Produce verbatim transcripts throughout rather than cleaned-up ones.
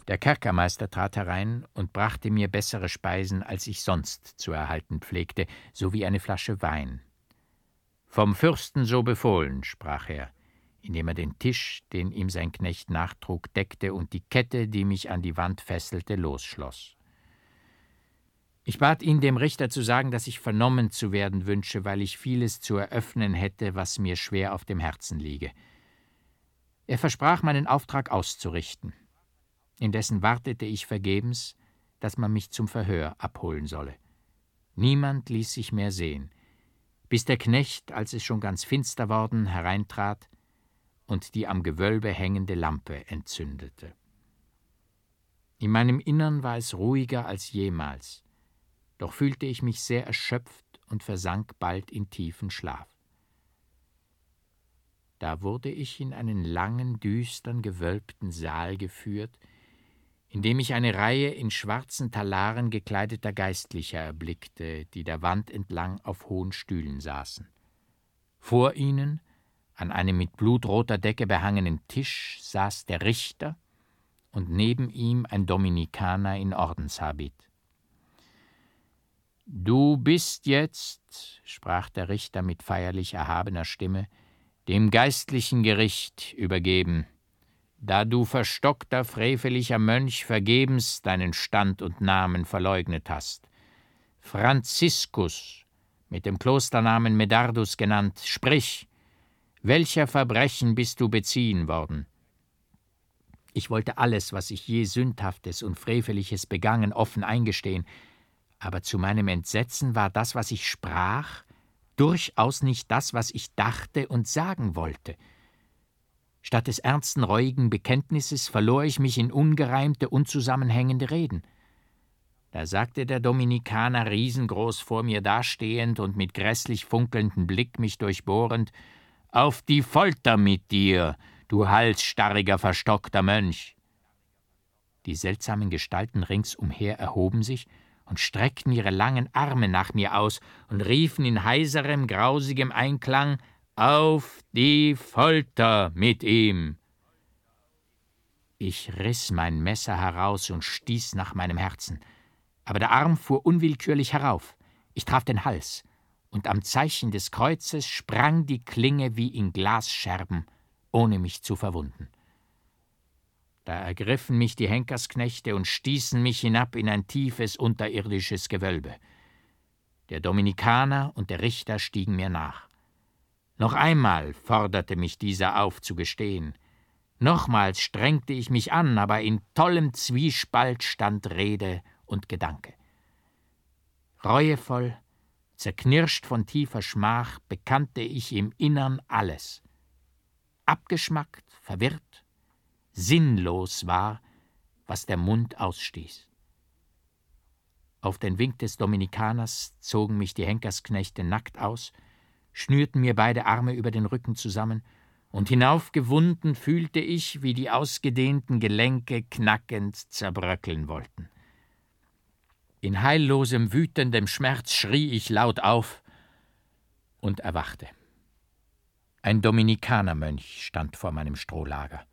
Der Kerkermeister trat herein und brachte mir bessere Speisen, als ich sonst zu erhalten pflegte, sowie eine Flasche Wein. »Vom Fürsten so befohlen«, sprach er, indem er den Tisch, den ihm sein Knecht nachtrug, deckte und die Kette, die mich an die Wand fesselte, losschloss. Ich bat ihn, dem Richter zu sagen, dass ich vernommen zu werden wünsche, weil ich vieles zu eröffnen hätte, was mir schwer auf dem Herzen liege. Er versprach, meinen Auftrag auszurichten. Indessen wartete ich vergebens, dass man mich zum Verhör abholen solle. Niemand ließ sich mehr sehen, bis der Knecht, als es schon ganz finster worden, hereintrat und die am Gewölbe hängende Lampe entzündete. In meinem Innern war es ruhiger als jemals, doch fühlte ich mich sehr erschöpft und versank bald in tiefen Schlaf. Da wurde ich in einen langen, düstern, gewölbten Saal geführt, in dem ich eine Reihe in schwarzen Talaren gekleideter Geistlicher erblickte, die der Wand entlang auf hohen Stühlen saßen. Vor ihnen, an einem mit blutroter Decke behangenen Tisch, saß der Richter und neben ihm ein Dominikaner in Ordenshabit. »Du bist jetzt«, sprach der Richter mit feierlich erhabener Stimme, »dem geistlichen Gericht übergeben, da du verstockter, frevelicher Mönch vergebens deinen Stand und Namen verleugnet hast. Franziskus, mit dem Klosternamen Medardus genannt, sprich, welcher Verbrechen bist du beziehen worden?« Ich wollte alles, was ich je Sündhaftes und Freveliches begangen, offen eingestehen, aber zu meinem Entsetzen war das, was ich sprach, durchaus nicht das, was ich dachte und sagen wollte. Statt des ernsten, reuigen Bekenntnisses verlor ich mich in ungereimte, unzusammenhängende Reden. Da sagte der Dominikaner, riesengroß vor mir dastehend und mit grässlich funkelndem Blick mich durchbohrend, »Auf die Folter mit dir, du halsstarriger, verstockter Mönch!« Die seltsamen Gestalten ringsumher erhoben sich und streckten ihre langen Arme nach mir aus und riefen in heiserem, grausigem Einklang, »Auf die Folter mit ihm!« Ich riss mein Messer heraus und stieß nach meinem Herzen, aber der Arm fuhr unwillkürlich herauf. Ich traf den Hals, und am Zeichen des Kreuzes sprang die Klinge wie in Glasscherben, ohne mich zu verwunden. Da ergriffen mich die Henkersknechte und stießen mich hinab in ein tiefes, unterirdisches Gewölbe. Der Dominikaner und der Richter stiegen mir nach. Noch einmal forderte mich dieser auf, zu gestehen. Nochmals strengte ich mich an, aber in tollem Zwiespalt stand Rede und Gedanke. Reuevoll, zerknirscht von tiefer Schmach, bekannte ich im Innern alles. Abgeschmackt, verwirrt, sinnlos war, was der Mund ausstieß. Auf den Wink des Dominikaners zogen mich die Henkersknechte nackt aus, schnürten mir beide Arme über den Rücken zusammen, und hinaufgewunden fühlte ich, wie die ausgedehnten Gelenke knackend zerbröckeln wollten. In heillosem, wütendem Schmerz schrie ich laut auf und erwachte. Ein Dominikanermönch stand vor meinem Strohlager.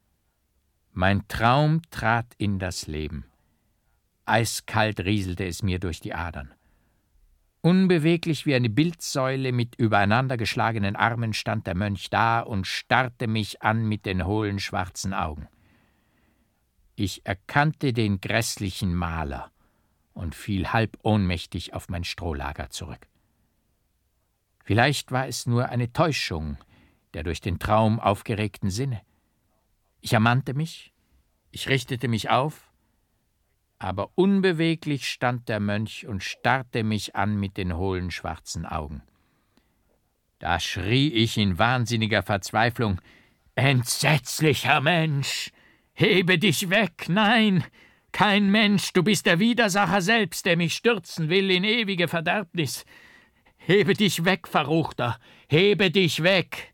Mein Traum trat in das Leben. Eiskalt rieselte es mir durch die Adern. Unbeweglich wie eine Bildsäule mit übereinandergeschlagenen Armen stand der Mönch da und starrte mich an mit den hohlen schwarzen Augen. Ich erkannte den grässlichen Maler und fiel halb ohnmächtig auf mein Strohlager zurück. Vielleicht war es nur eine Täuschung der durch den Traum aufgeregten Sinne. Ich ermannte mich, ich richtete mich auf, aber unbeweglich stand der Mönch und starrte mich an mit den hohlen schwarzen Augen. Da schrie ich in wahnsinniger Verzweiflung, »Entsetzlicher Mensch! Hebe dich weg! Nein! Kein Mensch! Du bist der Widersacher selbst, der mich stürzen will in ewige Verderbnis! Hebe dich weg, Verruchter! Hebe dich weg!«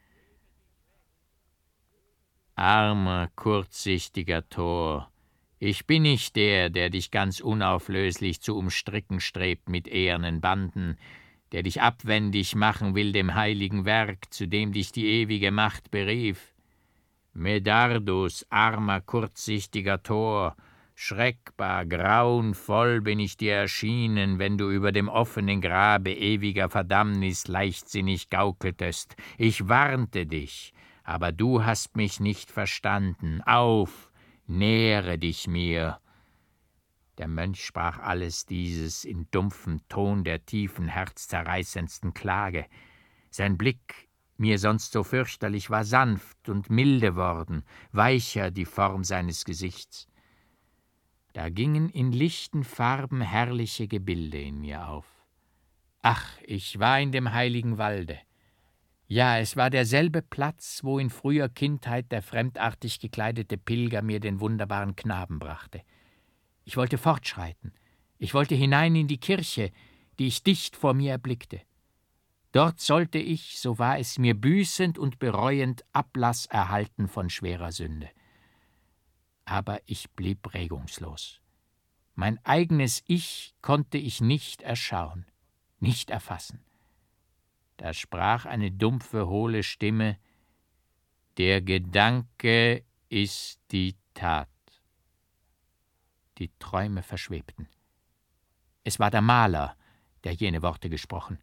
Armer, kurzsichtiger Tor, ich bin nicht der, der dich ganz unauflöslich zu umstricken strebt mit ehernen Banden, der dich abwendig machen will dem heiligen Werk, zu dem dich die ewige Macht berief. Medardus, armer, kurzsichtiger Tor, schreckbar, grauenvoll bin ich dir erschienen, wenn du über dem offenen Grabe ewiger Verdammnis leichtsinnig gaukeltest. Ich warnte dich, aber du hast mich nicht verstanden. Auf, nähere dich mir. Der Mönch sprach alles dieses in dumpfem Ton der tiefen, herzzerreißendsten Klage. Sein Blick, mir sonst so fürchterlich, war sanft und milde worden, weicher die Form seines Gesichts. Da gingen in lichten Farben herrliche Gebilde in mir auf. Ach, ich war in dem heiligen Walde. Ja, es war derselbe Platz, wo in früher Kindheit der fremdartig gekleidete Pilger mir den wunderbaren Knaben brachte. Ich wollte fortschreiten. Ich wollte hinein in die Kirche, die ich dicht vor mir erblickte. Dort sollte ich, so war es mir büßend und bereuend, Ablass erhalten von schwerer Sünde. Aber ich blieb regungslos. Mein eigenes Ich konnte ich nicht erschauen, nicht erfassen. Da sprach eine dumpfe, hohle Stimme: Der Gedanke ist die Tat. Die Träume verschwebten. Es war der Maler, der jene Worte gesprochen.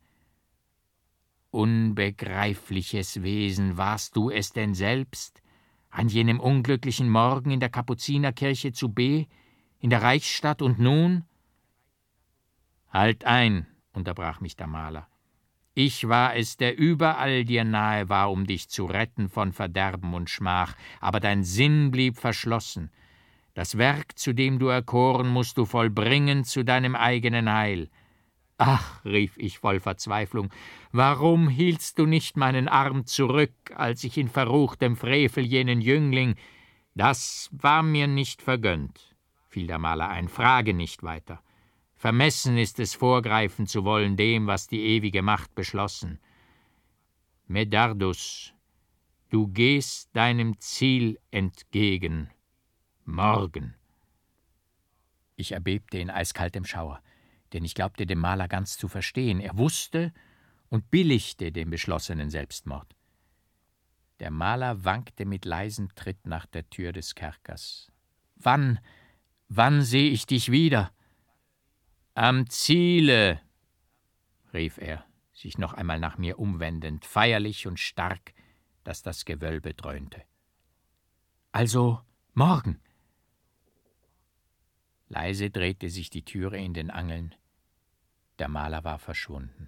Unbegreifliches Wesen, warst du es denn selbst, an jenem unglücklichen Morgen in der Kapuzinerkirche zu B., in der Reichsstadt, und nun? Halt ein, unterbrach mich der Maler. Ich war es, der überall dir nahe war, um dich zu retten von Verderben und Schmach, aber dein Sinn blieb verschlossen. Das Werk, zu dem du erkoren, musst du vollbringen zu deinem eigenen Heil. Ach, rief ich voll Verzweiflung, warum hieltst du nicht meinen Arm zurück, als ich in verruchtem Frevel jenen Jüngling? Das war mir nicht vergönnt, fiel der Maler ein, frage nicht weiter. Vermessen ist es, vorgreifen zu wollen dem, was die ewige Macht beschlossen. Medardus, du gehst deinem Ziel entgegen. Morgen. Ich erbebte in eiskaltem Schauer, denn ich glaubte den Maler ganz zu verstehen. Er wusste und billigte den beschlossenen Selbstmord. Der Maler wankte mit leisem Tritt nach der Tür des Kerkers. »Wann, wann sehe ich dich wieder?« »Am Ziele«, rief er, sich noch einmal nach mir umwendend, feierlich und stark, dass das Gewölbe dröhnte. »Also morgen?« Leise drehte sich die Türe in den Angeln. Der Maler war verschwunden.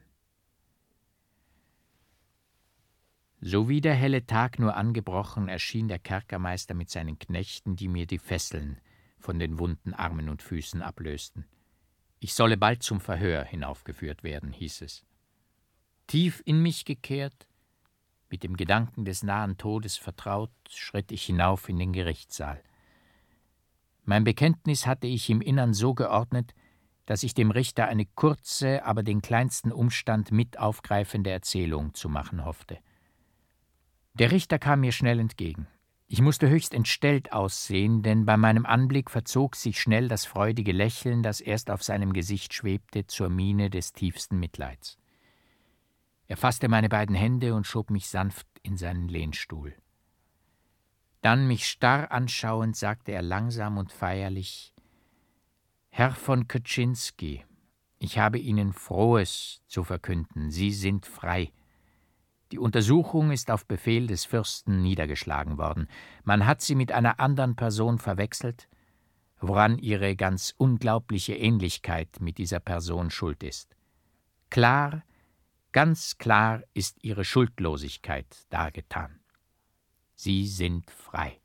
Sowie der helle Tag nur angebrochen, erschien der Kerkermeister mit seinen Knechten, die mir die Fesseln von den wunden Armen und Füßen ablösten. Ich solle bald zum Verhör hinaufgeführt werden, hieß es. Tief in mich gekehrt, mit dem Gedanken des nahen Todes vertraut, schritt ich hinauf in den Gerichtssaal. Mein Bekenntnis hatte ich im Innern so geordnet, dass ich dem Richter eine kurze, aber den kleinsten Umstand mit aufgreifende Erzählung zu machen hoffte. Der Richter kam mir schnell entgegen. Ich musste höchst entstellt aussehen, denn bei meinem Anblick verzog sich schnell das freudige Lächeln, das erst auf seinem Gesicht schwebte, zur Miene des tiefsten Mitleids. Er fasste meine beiden Hände und schob mich sanft in seinen Lehnstuhl. Dann, mich starr anschauend, sagte er langsam und feierlich: »Herr von Kötschinski, ich habe Ihnen Frohes zu verkünden. Sie sind frei. Die Untersuchung ist auf Befehl des Fürsten niedergeschlagen worden. Man hat sie mit einer anderen Person verwechselt, woran ihre ganz unglaubliche Ähnlichkeit mit dieser Person schuld ist. Klar, ganz klar ist ihre Schuldlosigkeit dargetan. Sie sind frei.«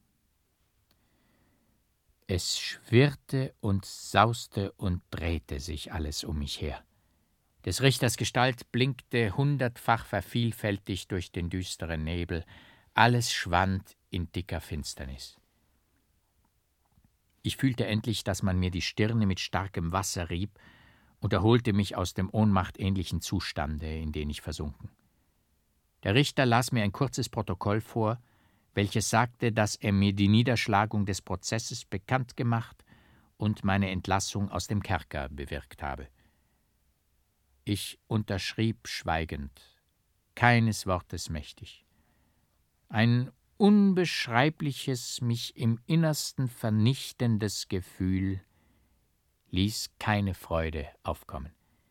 Es schwirrte und sauste und drehte sich alles um mich her. Des Richters Gestalt blinkte hundertfach vervielfältigt durch den düsteren Nebel. Alles schwand in dicker Finsternis. Ich fühlte endlich, dass man mir die Stirne mit starkem Wasser rieb und erholte mich aus dem ohnmachtähnlichen Zustande, in den ich versunken. Der Richter las mir ein kurzes Protokoll vor, welches sagte, dass er mir die Niederschlagung des Prozesses bekannt gemacht und meine Entlassung aus dem Kerker bewirkt habe. Ich unterschrieb schweigend, keines Wortes mächtig. Ein unbeschreibliches, mich im Innersten vernichtendes Gefühl ließ keine Freude aufkommen.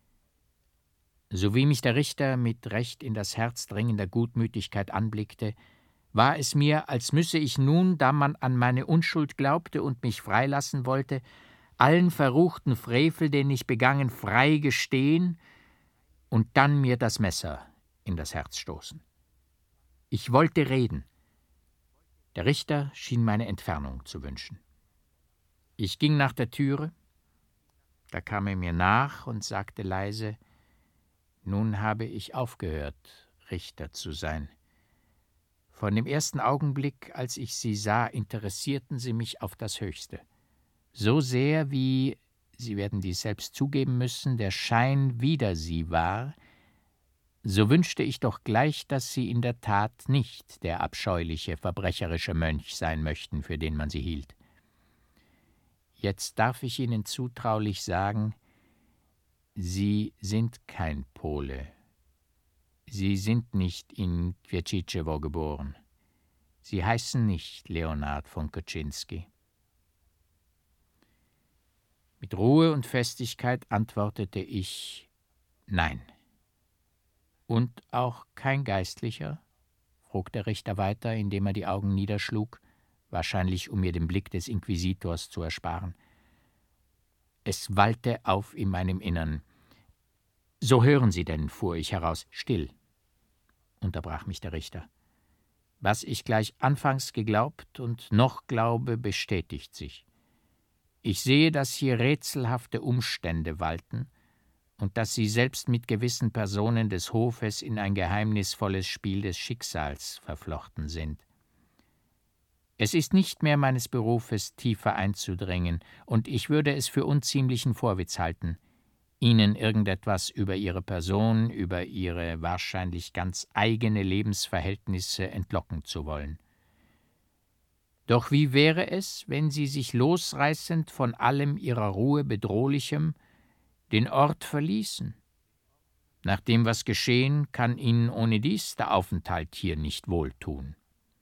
So wie mich der Richter mit recht in das Herz dringender Gutmütigkeit anblickte, war es mir, als müsse ich nun, da man an meine Unschuld glaubte und mich freilassen wollte, allen verruchten Frevel, den ich begangen, frei gestehen und dann mir das Messer in das Herz stoßen. Ich wollte reden. Der Richter schien meine Entfernung zu wünschen. Ich ging nach der Türe, da kam er mir nach und sagte leise: »Nun habe ich aufgehört, Richter zu sein. Von dem ersten Augenblick, als ich Sie sah, interessierten Sie mich auf das Höchste. So sehr wie, Sie werden dies selbst zugeben müssen, der Schein wider Sie war, so wünschte ich doch gleich, dass Sie in der Tat nicht der abscheuliche, verbrecherische Mönch sein möchten, für den man Sie hielt. Jetzt darf ich Ihnen zutraulich sagen, Sie sind kein Pole. Sie sind nicht in Kwiecicewo geboren. Sie heißen nicht Leonhard von Koczynski.« Mit Ruhe und Festigkeit antwortete ich: »Nein.« »Und auch kein Geistlicher?« frug der Richter weiter, indem er die Augen niederschlug, wahrscheinlich um mir den Blick des Inquisitors zu ersparen. Es wallte auf in meinem Innern. »So hören Sie denn«, fuhr ich heraus. »Still«, unterbrach mich der Richter. »Was ich gleich anfangs geglaubt und noch glaube, bestätigt sich. Ich sehe, dass hier rätselhafte Umstände walten und dass Sie selbst mit gewissen Personen des Hofes in ein geheimnisvolles Spiel des Schicksals verflochten sind. Es ist nicht mehr meines Berufes, tiefer einzudringen, und ich würde es für unziemlichen Vorwitz halten, Ihnen irgendetwas über Ihre Person, über Ihre wahrscheinlich ganz eigene Lebensverhältnisse entlocken zu wollen. Doch wie wäre es, wenn Sie sich losreißend von allem Ihrer Ruhe Bedrohlichem den Ort verließen? Nach dem, was geschehen, kann Ihnen ohnedies der Aufenthalt hier nicht wohltun.«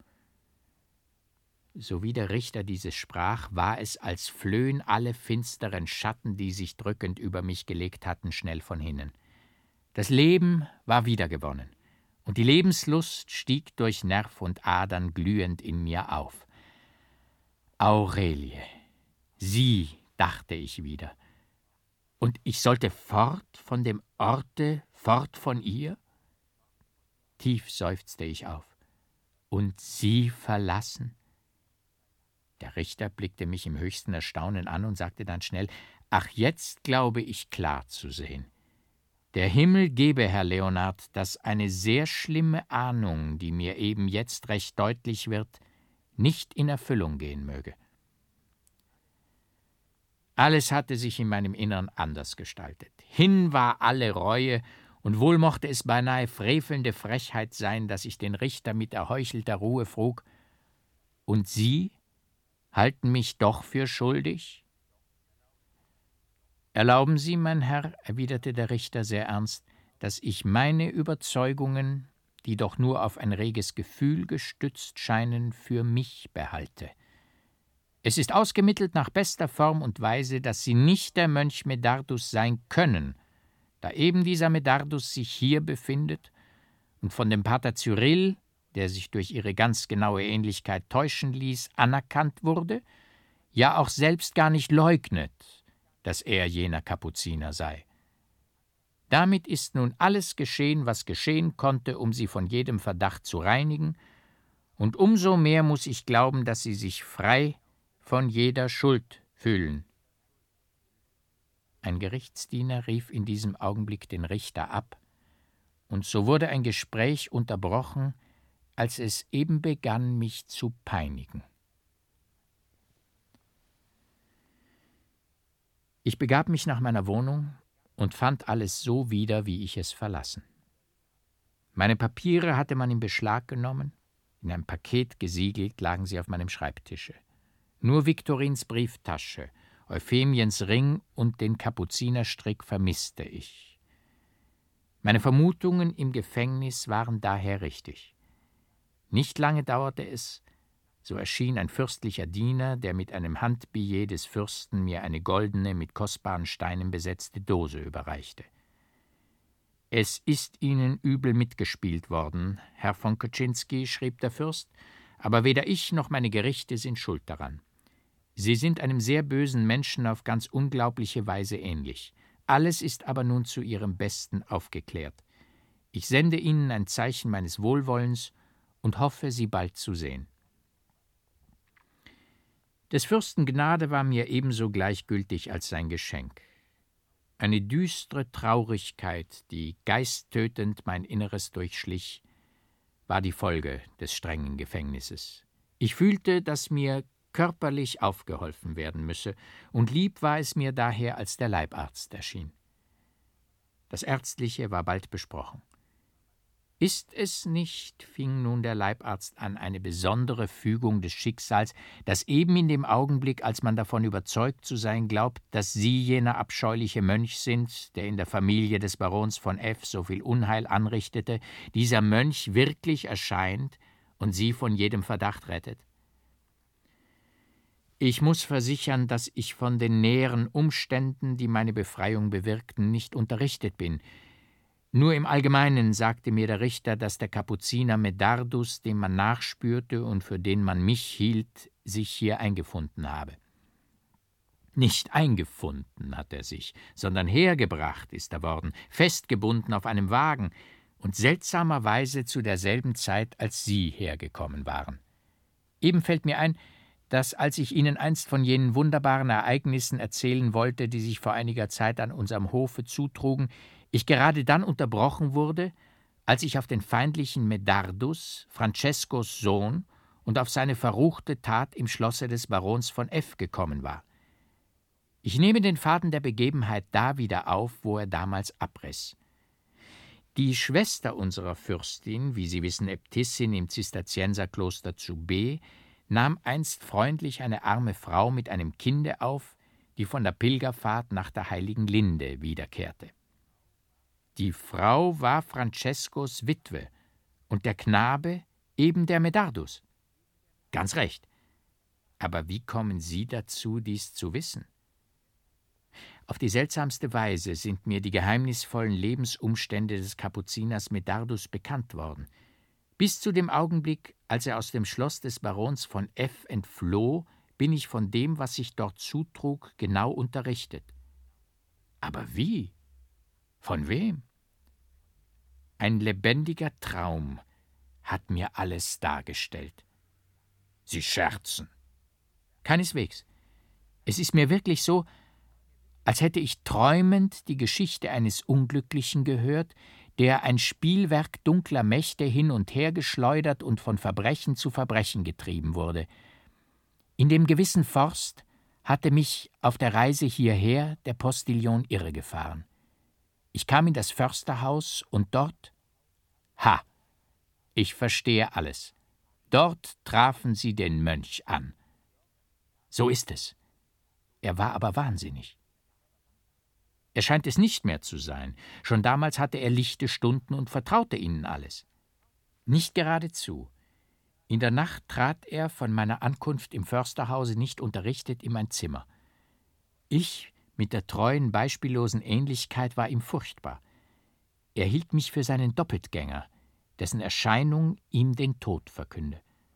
So wie der Richter dieses sprach, war es, als flöhen alle finsteren Schatten, die sich drückend über mich gelegt hatten, schnell von hinnen. Das Leben war wiedergewonnen, und die Lebenslust stieg durch Nerv und Adern glühend in mir auf. Aurelie, sie, dachte ich wieder. Und ich sollte fort von dem Orte, fort von ihr? Tief seufzte ich auf. Und sie verlassen? Der Richter blickte mich im höchsten Erstaunen an und sagte dann schnell: »Ach, jetzt glaube ich klar zu sehen. Der Himmel gebe, Herr Leonhard, dass eine sehr schlimme Ahnung, die mir eben jetzt recht deutlich wird, nicht in Erfüllung gehen möge.« Alles hatte sich in meinem Innern anders gestaltet. Hin war alle Reue, und wohl mochte es beinahe frevelnde Frechheit sein, dass ich den Richter mit erheuchelter Ruhe frug: »Und Sie halten mich doch für schuldig?« »Erlauben Sie, mein Herr«, erwiderte der Richter sehr ernst, »dass ich meine Überzeugungen, die doch nur auf ein reges Gefühl gestützt scheinen, für mich behalte. Es ist ausgemittelt nach bester Form und Weise, dass Sie nicht der Mönch Medardus sein können, da eben dieser Medardus sich hier befindet und von dem Pater Cyrill, der sich durch ihre ganz genaue Ähnlichkeit täuschen ließ, anerkannt wurde, ja auch selbst gar nicht leugnet, dass er jener Kapuziner sei. Damit ist nun alles geschehen, was geschehen konnte, um sie von jedem Verdacht zu reinigen, und umso mehr muss ich glauben, dass sie sich frei von jeder Schuld fühlen.« Ein Gerichtsdiener rief in diesem Augenblick den Richter ab, und so wurde ein Gespräch unterbrochen, als es eben begann, mich zu peinigen. Ich begab mich nach meiner Wohnung und fand alles so wieder, wie ich es verlassen. Meine Papiere hatte man in Beschlag genommen, in ein Paket gesiegelt lagen sie auf meinem Schreibtische. Nur Viktorins Brieftasche, Euphemiens Ring und den Kapuzinerstrick vermisste ich. Meine Vermutungen im Gefängnis waren daher richtig. Nicht lange dauerte es, so erschien ein fürstlicher Diener, der mit einem Handbillet des Fürsten mir eine goldene, mit kostbaren Steinen besetzte Dose überreichte. »Es ist Ihnen übel mitgespielt worden, Herr von Koczinski«, schrieb der Fürst, »aber weder ich noch meine Gerichte sind schuld daran. Sie sind einem sehr bösen Menschen auf ganz unglaubliche Weise ähnlich. Alles ist aber nun zu Ihrem Besten aufgeklärt. Ich sende Ihnen ein Zeichen meines Wohlwollens und hoffe, Sie bald zu sehen.« Des Fürsten Gnade war mir ebenso gleichgültig als sein Geschenk. Eine düstere Traurigkeit, die geisttötend mein Inneres durchschlich, war die Folge des strengen Gefängnisses. Ich fühlte, dass mir körperlich aufgeholfen werden müsse, und lieb war es mir daher, als der Leibarzt erschien. Das Ärztliche war bald besprochen. »Ist es nicht«, fing nun der Leibarzt an, »eine besondere Fügung des Schicksals, dass eben in dem Augenblick, als man davon überzeugt zu sein glaubt, dass Sie jener abscheuliche Mönch sind, der in der Familie des Barons von F. so viel Unheil anrichtete, dieser Mönch wirklich erscheint und Sie von jedem Verdacht rettet? Ich muß versichern, dass ich von den näheren Umständen, die meine Befreiung bewirkten, nicht unterrichtet bin. Nur im Allgemeinen sagte mir der Richter, dass der Kapuziner Medardus, dem man nachspürte und für den man mich hielt, sich hier eingefunden habe. Nicht eingefunden hat er sich, sondern hergebracht ist er worden, festgebunden auf einem Wagen und seltsamerweise zu derselben Zeit, als Sie hergekommen waren. Eben fällt mir ein, dass, als ich Ihnen einst von jenen wunderbaren Ereignissen erzählen wollte, die sich vor einiger Zeit an unserem Hofe zutrugen, ich gerade dann unterbrochen wurde, als ich auf den feindlichen Medardus, Francescos Sohn, und auf seine verruchte Tat im Schlosse des Barons von F. gekommen war. Ich nehme den Faden der Begebenheit da wieder auf, wo er damals abriss. Die Schwester unserer Fürstin, wie Sie wissen, Äbtissin im Zisterzienserkloster zu B., nahm einst freundlich eine arme Frau mit einem Kinde auf, die von der Pilgerfahrt nach der heiligen Linde wiederkehrte. Die Frau war Francescos Witwe und der Knabe eben der Medardus. Ganz recht. Aber wie kommen Sie dazu, dies zu wissen? Auf die seltsamste Weise sind mir die geheimnisvollen Lebensumstände des Kapuziners Medardus bekannt worden. Bis zu dem Augenblick, als er aus dem Schloss des Barons von F. entfloh, bin ich von dem, was sich dort zutrug, genau unterrichtet. Aber wie? Von wem? Ein lebendiger Traum hat mir alles dargestellt. Sie scherzen. Keineswegs. Es ist mir wirklich so, als hätte ich träumend die Geschichte eines Unglücklichen gehört, der ein Spielwerk dunkler Mächte hin und her geschleudert und von Verbrechen zu Verbrechen getrieben wurde. In dem gewissen Forst hatte mich auf der Reise hierher der Postillon irregefahren. Ich kam in das Försterhaus und dort, ha, ich verstehe alles. Dort trafen sie den Mönch an. So ist es. Er war aber wahnsinnig. Er scheint es nicht mehr zu sein. Schon damals hatte er lichte Stunden und vertraute ihnen alles. Nicht geradezu. In der Nacht trat er, von meiner Ankunft im Försterhause nicht unterrichtet, in mein Zimmer. Ich, mit der treuen, beispiellosen Ähnlichkeit, war ihm furchtbar. Er hielt mich für seinen Doppeltgänger, dessen Erscheinung ihm den Tod verkünde.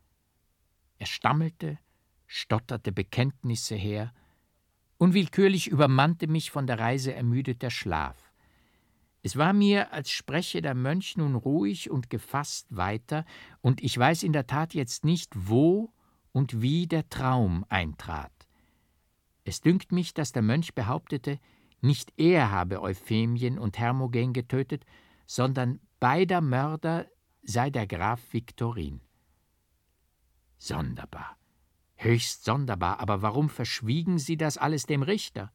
Er stammelte, stotterte Bekenntnisse her. Unwillkürlich übermannte mich von der Reise ermüdet der Schlaf. Es war mir, als spreche der Mönch nun ruhig und gefasst weiter, und ich weiß in der Tat jetzt nicht, wo und wie der Traum eintrat. Es dünkt mich, dass der Mönch behauptete, nicht er habe Euphemien und Hermogen getötet, sondern beider Mörder sei der Graf Viktorin. Sonderbar, höchst sonderbar, aber warum verschwiegen Sie das alles dem Richter?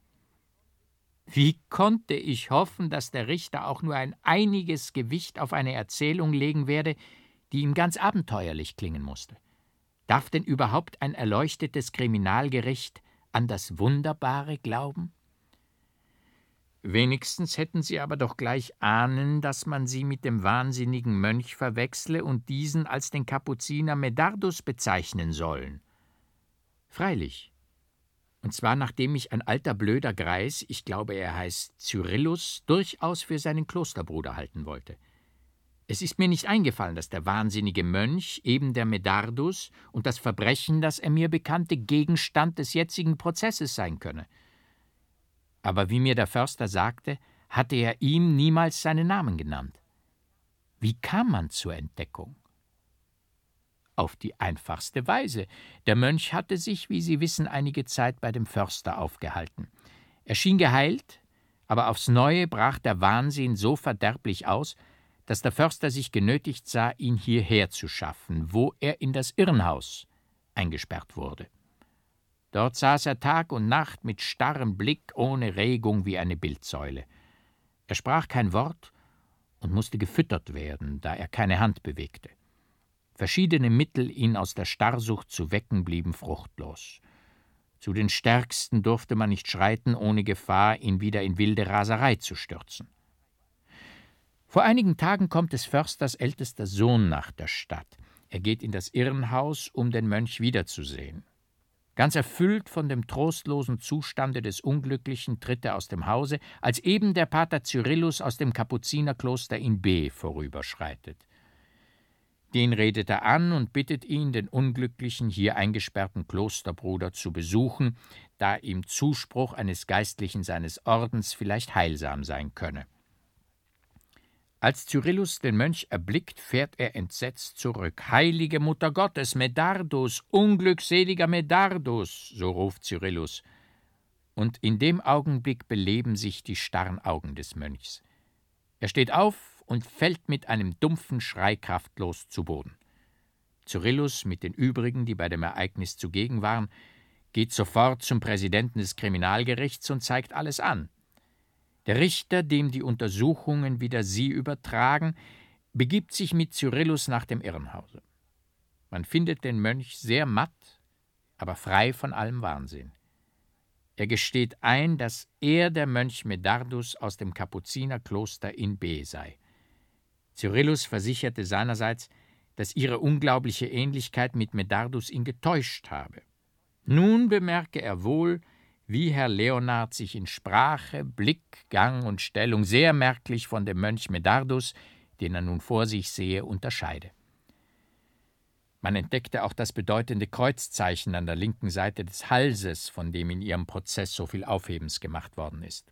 Wie konnte ich hoffen, dass der Richter auch nur ein einiges Gewicht auf eine Erzählung legen werde, die ihm ganz abenteuerlich klingen musste? Darf denn überhaupt ein erleuchtetes Kriminalgericht an das Wunderbare glauben? Wenigstens hätten sie aber doch gleich ahnen, dass man sie mit dem wahnsinnigen Mönch verwechsle und diesen als den Kapuziner Medardus bezeichnen sollen. Freilich. Und zwar nachdem mich ein alter blöder Greis, ich glaube er heißt Cyrillus, durchaus für seinen Klosterbruder halten wollte. Es ist mir nicht eingefallen, dass der wahnsinnige Mönch, eben der Medardus, und das Verbrechen, das er mir bekannte, Gegenstand des jetzigen Prozesses sein könne. Aber wie mir der Förster sagte, hatte er ihm niemals seinen Namen genannt. Wie kam man zur Entdeckung? Auf die einfachste Weise. Der Mönch hatte sich, wie Sie wissen, einige Zeit bei dem Förster aufgehalten. Er schien geheilt, aber aufs Neue brach der Wahnsinn so verderblich aus, dass der Förster sich genötigt sah, ihn hierher zu schaffen, wo er in das Irrenhaus eingesperrt wurde. Dort saß er Tag und Nacht mit starrem Blick, ohne Regung wie eine Bildsäule. Er sprach kein Wort und musste gefüttert werden, da er keine Hand bewegte. Verschiedene Mittel, ihn aus der Starrsucht zu wecken, blieben fruchtlos. Zu den Stärksten durfte man nicht schreiten, ohne Gefahr, ihn wieder in wilde Raserei zu stürzen. Vor einigen Tagen kommt des Försters ältester Sohn nach der Stadt. Er geht in das Irrenhaus, um den Mönch wiederzusehen. Ganz erfüllt von dem trostlosen Zustande des Unglücklichen tritt er aus dem Hause, als eben der Pater Cyrillus aus dem Kapuzinerkloster in B vorüberschreitet. Den redet er an und bittet ihn, den unglücklichen, hier eingesperrten Klosterbruder zu besuchen, da ihm Zuspruch eines Geistlichen seines Ordens vielleicht heilsam sein könne. Als Cyrillus den Mönch erblickt, fährt er entsetzt zurück. »Heilige Mutter Gottes, Medardus, unglückseliger Medardus«, so ruft Cyrillus. Und in dem Augenblick beleben sich die starren Augen des Mönchs. Er steht auf und fällt mit einem dumpfen Schrei kraftlos zu Boden. Cyrillus mit den übrigen, die bei dem Ereignis zugegen waren, geht sofort zum Präsidenten des Kriminalgerichts und zeigt alles an. Der Richter, dem die Untersuchungen wieder sie übertragen, begibt sich mit Cyrillus nach dem Irrenhause. Man findet den Mönch sehr matt, aber frei von allem Wahnsinn. Er gesteht ein, dass er der Mönch Medardus aus dem Kapuzinerkloster in B sei. Cyrillus versicherte seinerseits, dass ihre unglaubliche Ähnlichkeit mit Medardus ihn getäuscht habe. Nun bemerke er wohl, wie Herr Leonhard sich in Sprache, Blick, Gang und Stellung sehr merklich von dem Mönch Medardus, den er nun vor sich sehe, unterscheide. Man entdeckte auch das bedeutende Kreuzzeichen an der linken Seite des Halses, von dem in ihrem Prozess so viel Aufhebens gemacht worden ist.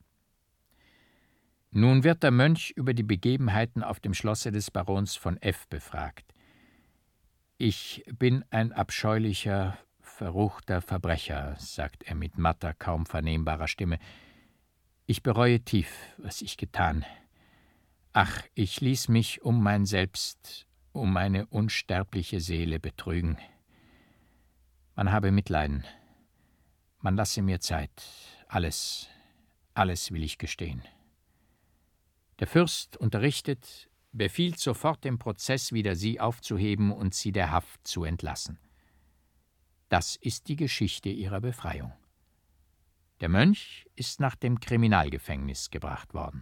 Nun wird der Mönch über die Begebenheiten auf dem Schlosse des Barons von F. befragt. »Ich bin ein abscheulicher, verruchter Verbrecher«, sagt er mit matter, kaum vernehmbarer Stimme. »Ich bereue tief, was ich getan. Ach, ich ließ mich um mein Selbst, um meine unsterbliche Seele betrügen. Man habe Mitleiden. Man lasse mir Zeit. Alles, alles will ich gestehen.« Der Fürst, unterrichtet, befiehlt sofort den Prozess wider sie aufzuheben und sie der Haft zu entlassen. Das ist die Geschichte ihrer Befreiung. Der Mönch ist nach dem Kriminalgefängnis gebracht worden.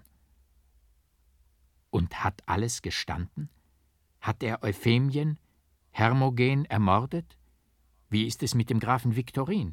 Und hat alles gestanden? Hat er Euphemien, Hermogen ermordet? Wie ist es mit dem Grafen Viktorin?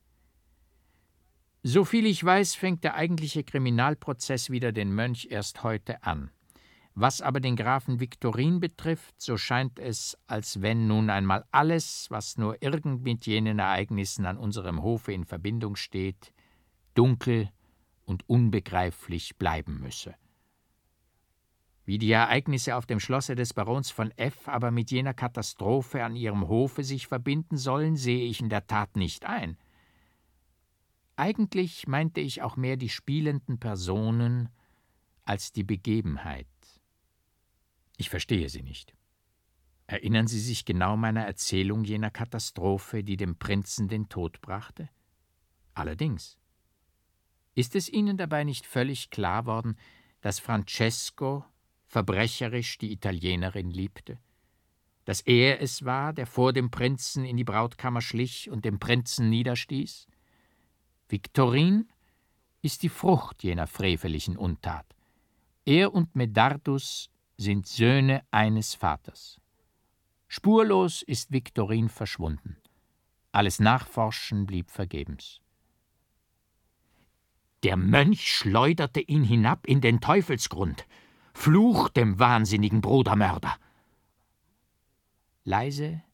Soviel ich weiß, fängt der eigentliche Kriminalprozess wider den Mönch erst heute an. Was aber den Grafen Viktorin betrifft, so scheint es, als wenn nun einmal alles, was nur irgend mit jenen Ereignissen an unserem Hofe in Verbindung steht, dunkel und unbegreiflich bleiben müsse. Wie die Ereignisse auf dem Schlosse des Barons von F. aber mit jener Katastrophe an ihrem Hofe sich verbinden sollen, sehe ich in der Tat nicht ein. Eigentlich meinte ich auch mehr die spielenden Personen als die Begebenheit. Ich verstehe Sie nicht. Erinnern Sie sich genau meiner Erzählung jener Katastrophe, die dem Prinzen den Tod brachte? Allerdings. Ist es Ihnen dabei nicht völlig klar worden, dass Francesco verbrecherisch die Italienerin liebte? Dass er es war, der vor dem Prinzen in die Brautkammer schlich und den Prinzen niederstieß? Viktorin ist die Frucht jener freveligen Untat. Er und Medardus sind Söhne eines Vaters. Spurlos ist Viktorin verschwunden. Alles Nachforschen blieb vergebens. Der Mönch schleuderte ihn hinab in den Teufelsgrund. Fluch dem wahnsinnigen Brudermörder! Leise,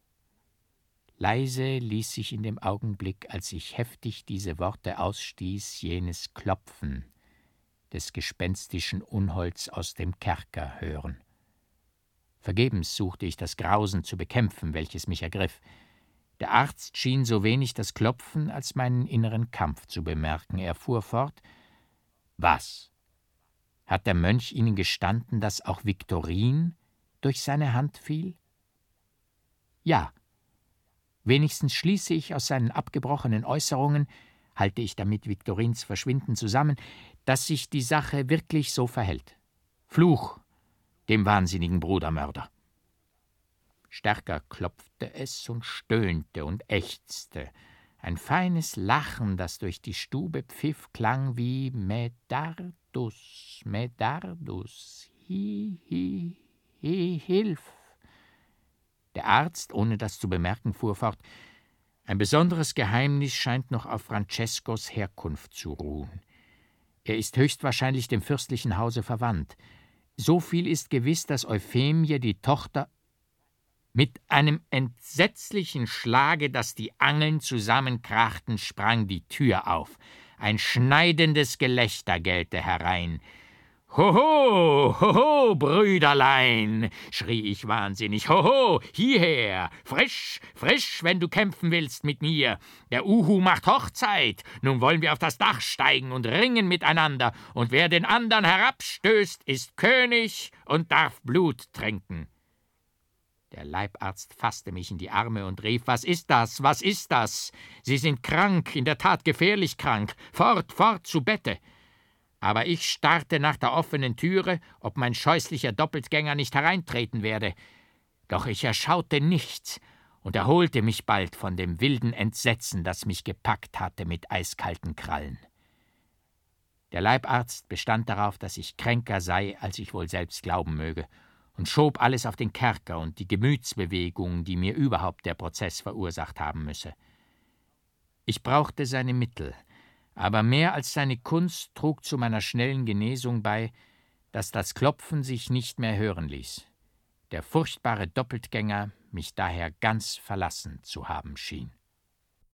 leise ließ sich in dem Augenblick, als ich heftig diese Worte ausstieß, jenes Klopfen des gespenstischen Unholds aus dem Kerker hören. Vergebens suchte ich das Grausen zu bekämpfen, welches mich ergriff. Der Arzt schien so wenig das Klopfen als meinen inneren Kampf zu bemerken. Er fuhr fort: »Was? Hat der Mönch Ihnen gestanden, dass auch Viktorin durch seine Hand fiel?« »Ja. Wenigstens schließe ich aus seinen abgebrochenen Äußerungen, halte ich damit Viktorins Verschwinden zusammen, dass sich die Sache wirklich so verhält. Fluch dem wahnsinnigen Brudermörder!« Stärker klopfte es und stöhnte und ächzte. Ein feines Lachen, das durch die Stube pfiff, klang wie »Medardus, Medardus, hi, hi, hi, hilf!« Der Arzt, ohne das zu bemerken, fuhr fort: »Ein besonderes Geheimnis scheint noch auf Franceskos Herkunft zu ruhen. Er ist höchstwahrscheinlich dem fürstlichen Hause verwandt. So viel ist gewiss, dass Euphemie, die Tochter…« Mit einem entsetzlichen Schlage, dass die Angeln zusammenkrachten, sprang die Tür auf. Ein schneidendes Gelächter gellte herein. »Hoho, hoho, Brüderlein«, schrie ich wahnsinnig, »hoho, hierher, frisch, frisch, wenn du kämpfen willst mit mir. Der Uhu macht Hochzeit, nun wollen wir auf das Dach steigen und ringen miteinander, und wer den andern herabstößt, ist König und darf Blut trinken.« Der Leibarzt fasste mich in die Arme und rief: »Was ist das? Was ist das? Sie sind krank, in der Tat gefährlich krank. Fort, fort zu Bette!« Aber ich starrte nach der offenen Türe, ob mein scheußlicher Doppeltgänger nicht hereintreten werde. Doch ich erschaute nichts und erholte mich bald von dem wilden Entsetzen, das mich gepackt hatte mit eiskalten Krallen. Der Leibarzt bestand darauf, dass ich kränker sei, als ich wohl selbst glauben möge, und schob alles auf den Kerker und die Gemütsbewegung, die mir überhaupt der Prozess verursacht haben müsse. Ich brauchte seine Mittel, aber mehr als seine Kunst trug zu meiner schnellen Genesung bei, dass das Klopfen sich nicht mehr hören ließ, der furchtbare Doppeltgänger mich daher ganz verlassen zu haben schien.